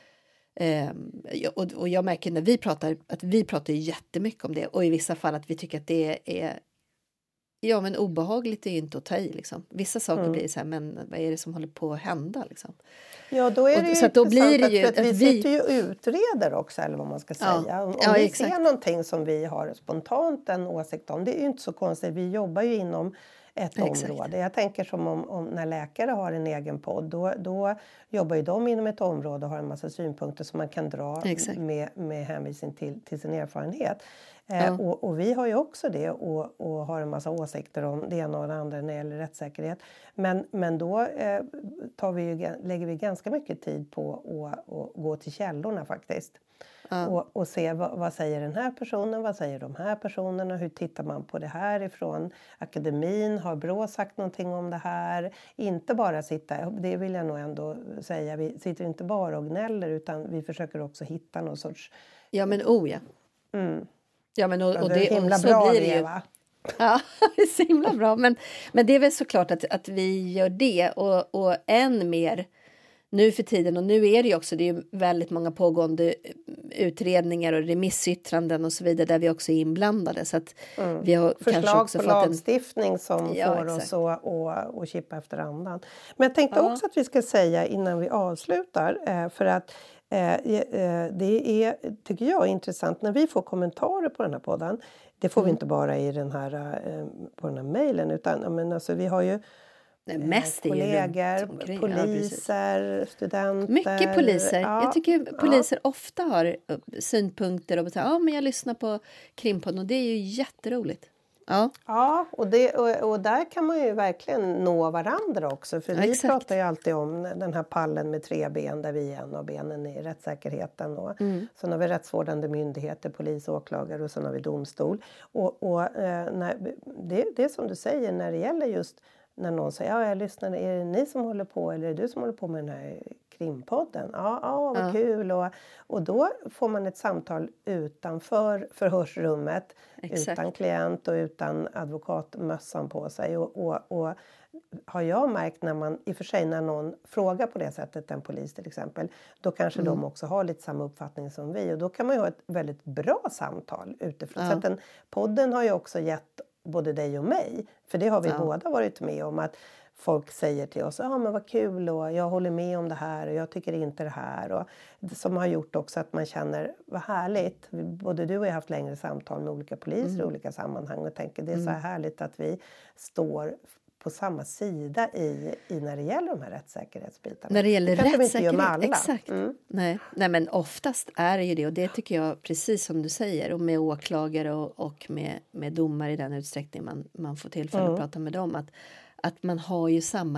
och jag märker när vi pratar att vi pratar jättemycket om det och i vissa fall att vi tycker att det är ja, men obehagligt är ju inte att ta i liksom. Vissa saker blir så här, men vad är det som håller på att hända liksom? Ja, då är det ju så att då blir det ju att vi sitter ju och utreder också, eller vad man ska säga. Om vi ser någonting som vi har spontant en åsikt om, det är ju inte så konstigt. Vi jobbar ju inom ett område. Jag tänker som om när läkare har en egen podd, då jobbar ju de inom ett område och har en massa synpunkter som man kan dra med hänvisning till sin erfarenhet. Och vi har ju också det och har en massa åsikter om det ena och det andra när det gäller rättssäkerhet. Men då lägger vi ganska mycket tid på att gå till källorna faktiskt. Och se vad säger den här personen, vad säger de här personerna, hur tittar man på det här ifrån akademin, har Brå sagt någonting om det här, inte bara sitta, det vill jag nog ändå säga, vi sitter inte bara och gnäller utan vi försöker också hitta någon sorts... Ja men Ja men och det är himla bra blir det ju. Va? Ja, det är så himla bra. Men det är väl såklart att vi gör det och än mer nu för tiden. Och nu är det ju också, det är ju väldigt många pågående utredningar och remissyttranden och så vidare där vi också är inblandade. Så att vi har förslag kanske också på fått lagstiftning som får oss att kippa efter andan. Men jag tänkte också att vi ska säga innan vi avslutar för att det är, tycker jag, intressant när vi får kommentarer på den här podden. Det får vi inte bara i den här, på den här mejlen utan men alltså, vi har ju kollegor, poliser, studenter. Mycket poliser. Ja, jag tycker poliser ofta har synpunkter och säger men jag lyssnar på Krimpodden och det är ju jätteroligt. Ja, och där kan man ju verkligen nå varandra också. För vi pratar ju alltid om den här pallen med 3 ben där vi är en av benen i rättssäkerheten. Och sen har vi rättsvårdande myndigheter, polis, åklagare och sen har vi domstol. Det är som du säger när det gäller just när någon säger jag lyssnar, är det ni som håller på eller är det du som håller på med den här krimpodden? Vad kul. Och då får man ett samtal utanför förhörsrummet. Utan klient och utan advokatmössan på sig. Och har jag märkt när någon frågar på det sättet, en polis till exempel. Då kanske de också har lite samma uppfattning som vi. Och då kan man ju ha ett väldigt bra samtal utifrån. Så att podden har ju också gett både dig och mig. För det har vi båda varit med om att folk säger till oss, men vad kul och jag håller med om det här och jag tycker inte det här. Och som har gjort också att man känner, vad härligt. Både du och jag har haft längre samtal med olika poliser i olika sammanhang och tänker det är så här härligt att vi står på samma sida i när det gäller de här rättssäkerhetsbitarna. När det gäller rättssäkerhet, exakt. Nej, men oftast är det ju det och det tycker jag precis som du säger och med åklagare och med domare i den utsträckning man får tillfälle att prata med dem att man har ju samma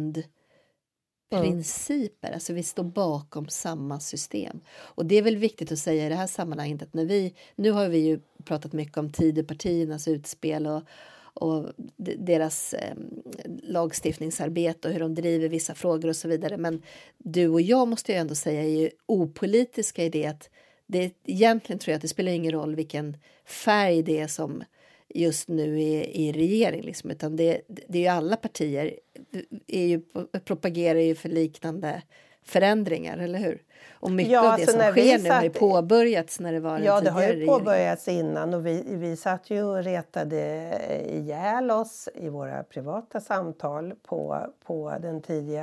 grundprinciper, alltså vi står bakom samma system. Och det är väl viktigt att säga i det här sammanhanget att nu har vi ju pratat mycket om Tidöpartiernas utspel och deras lagstiftningsarbete och hur de driver vissa frågor och så vidare. Men du och jag måste ju ändå säga är ju opolitiska i det att egentligen tror jag att det spelar ingen roll vilken färg det är som just nu är i regering liksom, utan det är ju alla partier propagerar ju för liknande förändringar, eller hur? Och mycket av det som sker nu har ju påbörjats när det var en tidigare det har ju regering. påbörjats innan och vi satt ju och retade ihjäl oss i våra privata samtal på den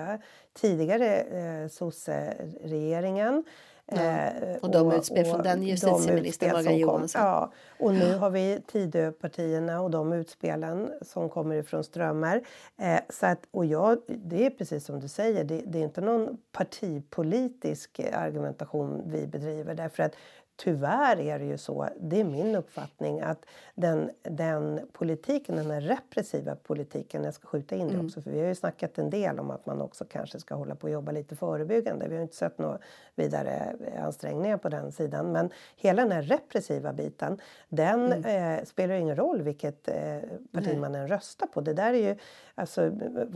tidigare sosse-regeringen. Och de utspel från den justitieministern Morgan Johansson. Ja, och nu har vi Tidöpartierna och de utspelen som kommer ifrån Strömmer. Det är precis som du säger, det är inte någon partipolitisk argumentation vi bedriver därför att tyvärr är det ju så, det är min uppfattning att den politiken, den här repressiva politiken, jag ska skjuta in det också för vi har ju snackat en del om att man också kanske ska hålla på och jobba lite förebyggande. Vi har inte sett några vidare ansträngningar på den sidan men hela den här repressiva biten, den spelar ingen roll vilket parti man än röstar på. Det där är ju alltså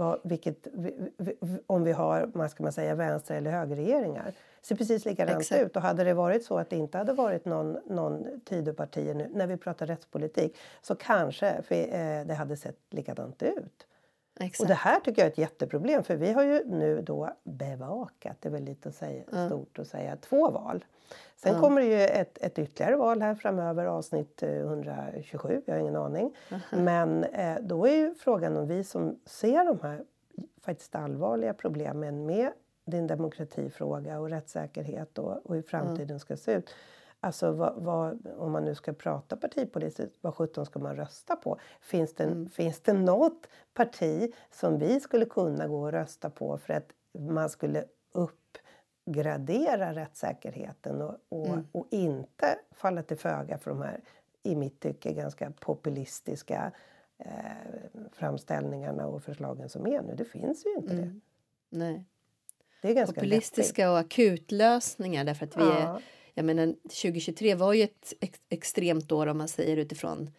om vi har, man ska säga vänster- eller högerregeringar. Ser precis likadant ut. Och hade det varit så att det inte hade varit någon Tidöpartier nu, när vi pratar rättspolitik, så kanske det hade sett likadant ut. Exakt. Och det här tycker jag är ett jätteproblem, för vi har ju nu då bevakat, det är väl lite att säga, stort att säga, 2 val. Sen kommer det ju ett ytterligare val här framöver, avsnitt 127, jag har ingen aning. Men då är ju frågan om vi som ser de här faktiskt allvarliga problemen med din demokratifråga och rättssäkerhet och hur framtiden ska se ut. Alltså om man nu ska prata partipolitiskt, vad 17 ska man rösta på? Finns det något parti som vi skulle kunna gå och rösta på för att man skulle uppgradera rättssäkerheten och inte falla till föga för de här, i mitt tycke, ganska populistiska framställningarna och förslagen som är nu? Det finns ju inte det. Nej. Det är ganska populistiska och akutlösningar därför att vi är, jag menar 2023 var ju ett extremt år om man säger utifrån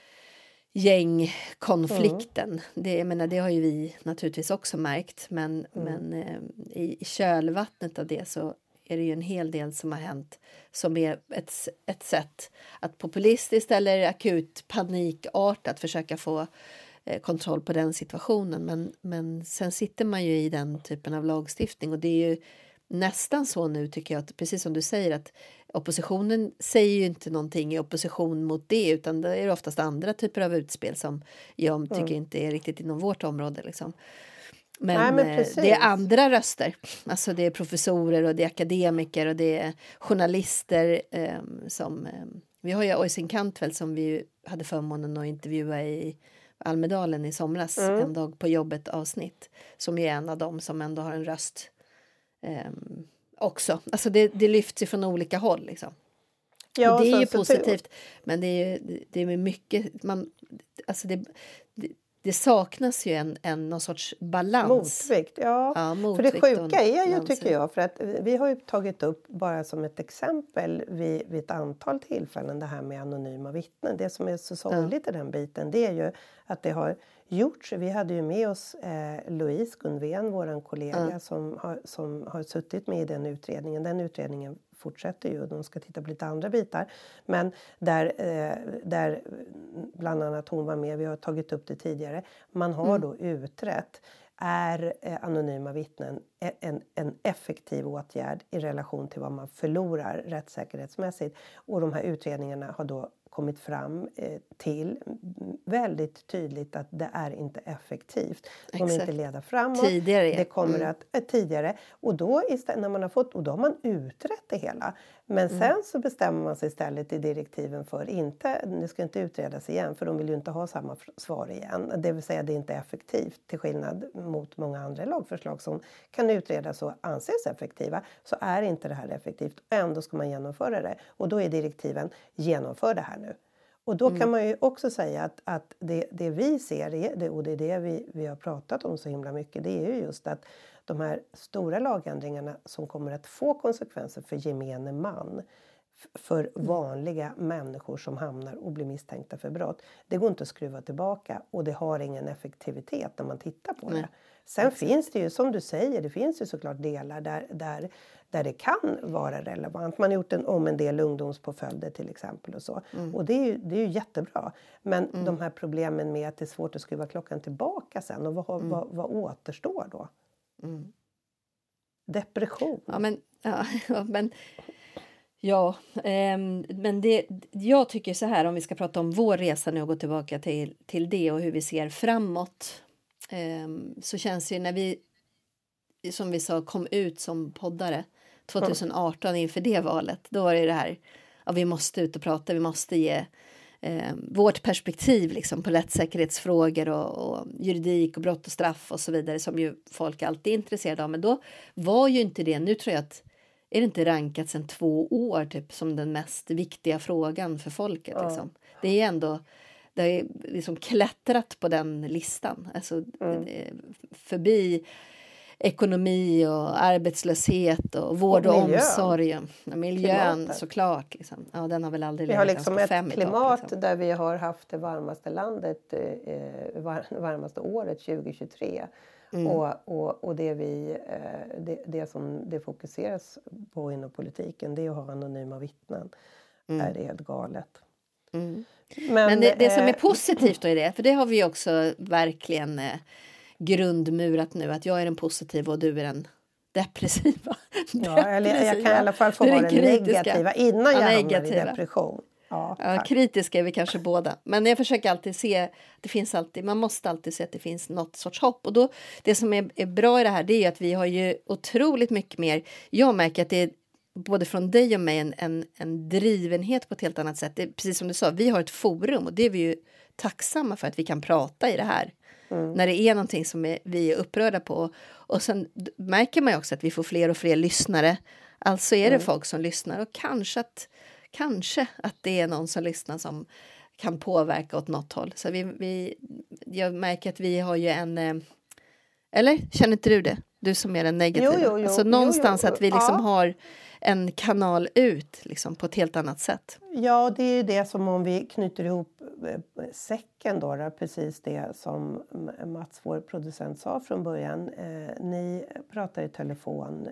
gängkonflikten. Det har ju vi naturligtvis också märkt men i kölvattnet av det så är det ju en hel del som har hänt som är ett sätt att populistiskt eller akut panikartat försöka få kontroll på den situationen. Men sen sitter man ju i den typen av lagstiftning och det är ju nästan så nu tycker jag att precis som du säger att oppositionen säger ju inte någonting i opposition mot det utan det är oftast andra typer av utspel som jag tycker inte är riktigt inom vårt område liksom. Men det är andra röster. Alltså det är professorer och det är akademiker och det är journalister som vi har ju Oysin Cantwell som vi hade förmånen att intervjua i Almedalen i somras, en dag på jobbet avsnitt, som är en av dem som ändå har en röst också. Alltså det lyfts ju från olika håll liksom. Ja, och det är ju positivt. Men det är mycket... Det saknas ju någon sorts balans. Motvikt, ja motvikt. För det sjuka är ju, tycker jag, för att vi har ju tagit upp bara som ett exempel vid ett antal tillfällen det här med anonyma vittnen. Det som är så sorgligt i den biten, det är ju att det har gjorts. Vi hade ju med oss Louise Gunven, våran kollega, som har suttit med i den utredningen. Den utredningen fortsätter ju och de ska titta på lite andra bitar. Men där bland annat hon var med, vi har tagit upp det tidigare. Man har då utrett, är anonyma vittnen en effektiv åtgärd i relation till vad man förlorar rättssäkerhetsmässigt. Och de här utredningarna har då kommit fram till väldigt tydligt att det är inte effektivt. Det kommer inte leda framåt. Tidigare. Det kommer att tidigare. Och då när man har fått, och då har man utrett det hela. Men sen så bestämmer man sig istället i direktiven för det ska inte utredas igen, för de vill ju inte ha samma svar igen. Det vill säga det är inte effektivt, till skillnad mot många andra lagförslag som kan utredas och anses effektiva, så är inte det här effektivt. Ändå ska man genomföra det. Och då är direktiven, genomför det här nu. Och då kan man ju också säga att det vi ser, och det är det vi har pratat om så himla mycket, det är ju just att de här stora lagändringarna som kommer att få konsekvenser för gemene man, för vanliga människor som hamnar och blir misstänkta för brott, det går inte att skruva tillbaka och det har ingen effektivitet när man tittar på det. Sen finns det ju, som du säger, det finns ju såklart delar där det kan vara relevant. Man har gjort om en del ungdomspåföljder till exempel och så. Och det är ju jättebra. Men de här problemen med att det är svårt att skruva klockan tillbaka sen, och vad återstår då? Depression. Men jag tycker så här, om vi ska prata om vår resa nu och gå tillbaka till det och hur vi ser framåt, så känns det ju när vi, som vi sa, kom ut som poddare 2018 inför det valet, då var det här, vi måste ut och prata, vi måste ge vårt perspektiv liksom på rättssäkerhetsfrågor och juridik och brott och straff och så vidare, som ju folk alltid är intresserade av. Men då var ju inte det, nu tror jag att är det inte rankat sedan 2 år typ som den mest viktiga frågan för folket liksom. Det är ändå, det är liksom klättrat på den listan, alltså förbi ekonomi och arbetslöshet och vård och omsorg. Miljön såklart. Liksom. Ja, den har väl aldrig vi har liksom ett klimat idag, liksom. Där vi har haft det varmaste landet, varmaste året 2023. Och det som det fokuseras på inom politiken, det är att ha anonyma vittnen. Är det helt galet. Men det som är positivt då är det, för det har vi också verkligen grundmurat nu, att jag är den positiva och du är den depressiva. Ja, eller jag kan i alla fall få vara den negativa innan jag hamnar i depression. Ja, kritiska är vi kanske båda. Men jag försöker alltid se, det finns alltid, man måste alltid se att det finns något sorts hopp. Och då, det som är bra i det här, det är att vi har ju otroligt mycket mer. Jag märker att det är både från dig och mig en drivenhet på ett helt annat sätt. Det är, precis som du sa, vi har ett forum och det är vi ju tacksamma för, att vi kan prata i det här. När det är någonting som vi är upprörda på. Och sen märker man ju också att vi får fler och fler lyssnare. Alltså är det folk som lyssnar, och kanske att det är någon som lyssnar som kan påverka åt något håll. Så jag märker att vi har ju eller känner inte du det? Du som är den negativa. Jo, alltså någonstans att vi liksom har en kanal ut liksom, på ett helt annat sätt. Ja, det är ju det som, om vi knyter ihop säcken då, precis det som Mats, vår producent, sa från början. Ni pratar i telefon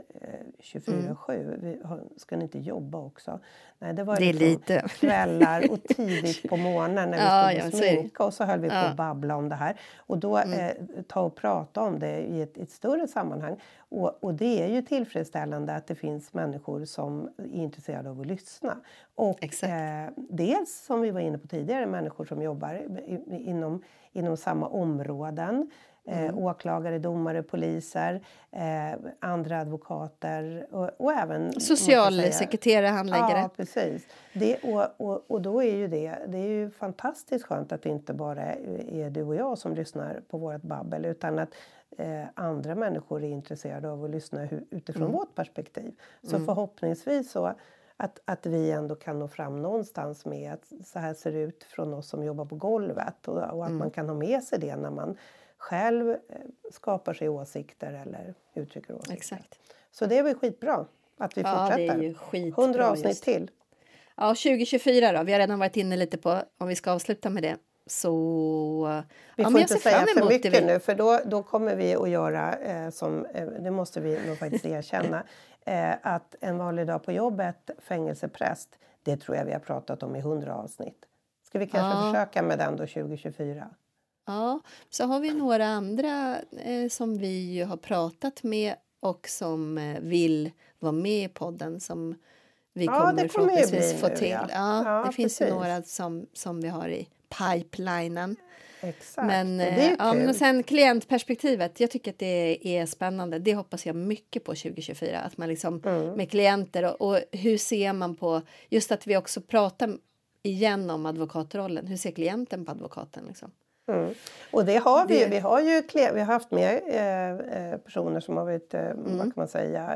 24/7. Ska ni inte jobba också? Nej, det var det liksom lite kvällar och tidigt på morgonen när vi stod och sminka, och så höll vi på att babbla om det här. Och då ta och prata om det i ett större sammanhang. Och det är ju tillfredsställande att det finns människor som är intresserade av att lyssna. Och dels, som vi var inne på tidigare, människor som jobbar inom samma områden. Åklagare, domare, poliser, andra advokater och även socialsekreterare, handläggare. Ja, precis. Och då är ju det är ju fantastiskt skönt att det inte bara är du och jag som lyssnar på vårt babbel, utan att andra människor är intresserade av att lyssna utifrån vårt perspektiv. Så förhoppningsvis så att vi ändå kan nå fram någonstans med att så här ser det ut från oss som jobbar på golvet. Och att man kan ha med sig det när man själv skapar sig åsikter eller uttrycker åsikter. Exakt. Så det är väl skitbra att vi fortsätter. Det är ju skitbra 100 avsnitt till. Ja, 2024 då. Vi har redan varit inne lite på om vi ska avsluta med det. Så vi får inte säga för mycket nu, för då kommer vi att göra det måste vi nog faktiskt erkänna, att en vanlig dag på jobbet, fängelsepräst, det tror jag vi har pratat om i 100 avsnitt. Ska vi kanske försöka med den då 2024? Ja, så har vi några andra som vi har pratat med och som vill vara med i podden som vi kommer förhoppningsvis få till. Ja, det finns ju några som vi har i pipelinen. Exakt. Men, men sen klientperspektivet, jag tycker att det är spännande. Det hoppas jag mycket på 2024. Att man liksom med klienter och hur ser man på, just att vi också pratar igen om advokatrollen. Hur ser klienten på advokaten liksom? Och det har vi ju. Vi har haft med personer som har varit, vad kan man säga,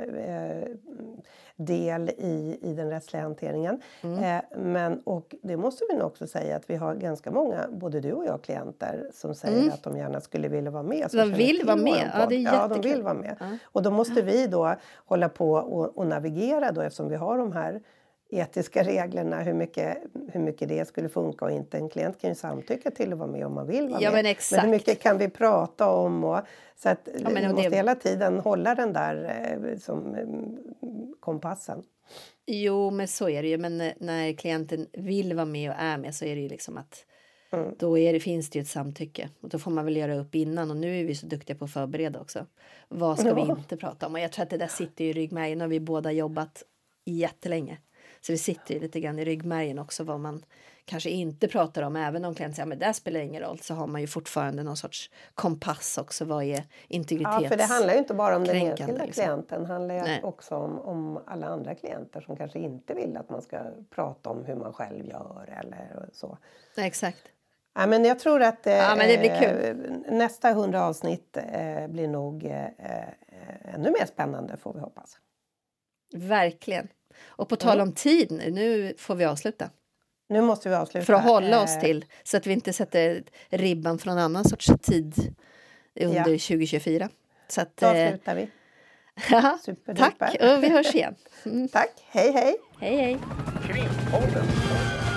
del i den rättsliga hanteringen. Och det måste vi nog också säga att vi har ganska många, både du och jag, klienter som säger att de gärna skulle vilja vara med. De vill vara med. Ja, det är jättekul. Ja, de vill vara med. Och då måste vi då hålla på och navigera då, eftersom vi har de här etiska reglerna, hur mycket det skulle funka och inte. En klient kan ju samtycka till att vara med om man vill vara med. Men exakt. Men hur mycket kan vi prata om? Så att vi måste hela tiden hålla den där som kompassen. Jo, men så är det ju. Men när klienten vill vara med och är med så är det ju liksom att då finns det ju ett samtycke. Och då får man väl göra upp innan. Och nu är vi så duktiga på att förbereda också. Vad ska vi inte prata om? Och jag tror att det där sitter ju i ryggmärgen. När vi båda jobbat jättelänge. Så det sitter ju lite grann i ryggmärgen också vad man kanske inte pratar om. Även om klienten säger att det spelar ingen roll, så har man ju fortfarande någon sorts kompass också. Vad är integritets... Ja, för det handlar ju inte bara om den enskilda liksom. Klienten. Det handlar ju också om alla andra klienter som kanske inte vill att man ska prata om hur man själv gör eller så. Nej, exakt. Ja, men jag tror att men det blir kul. Nästa 100 avsnitt blir nog ännu mer spännande, får vi hoppas. Verkligen. Och på tal om tid nu får vi avsluta. Nu måste vi avsluta. För att hålla oss till, så att vi inte sätter ribban för någon annan sorts tid under 2024. Så att, då avslutar vi. Tack, och vi hörs igen. Tack, hej hej. Hej hej. Krimpodden.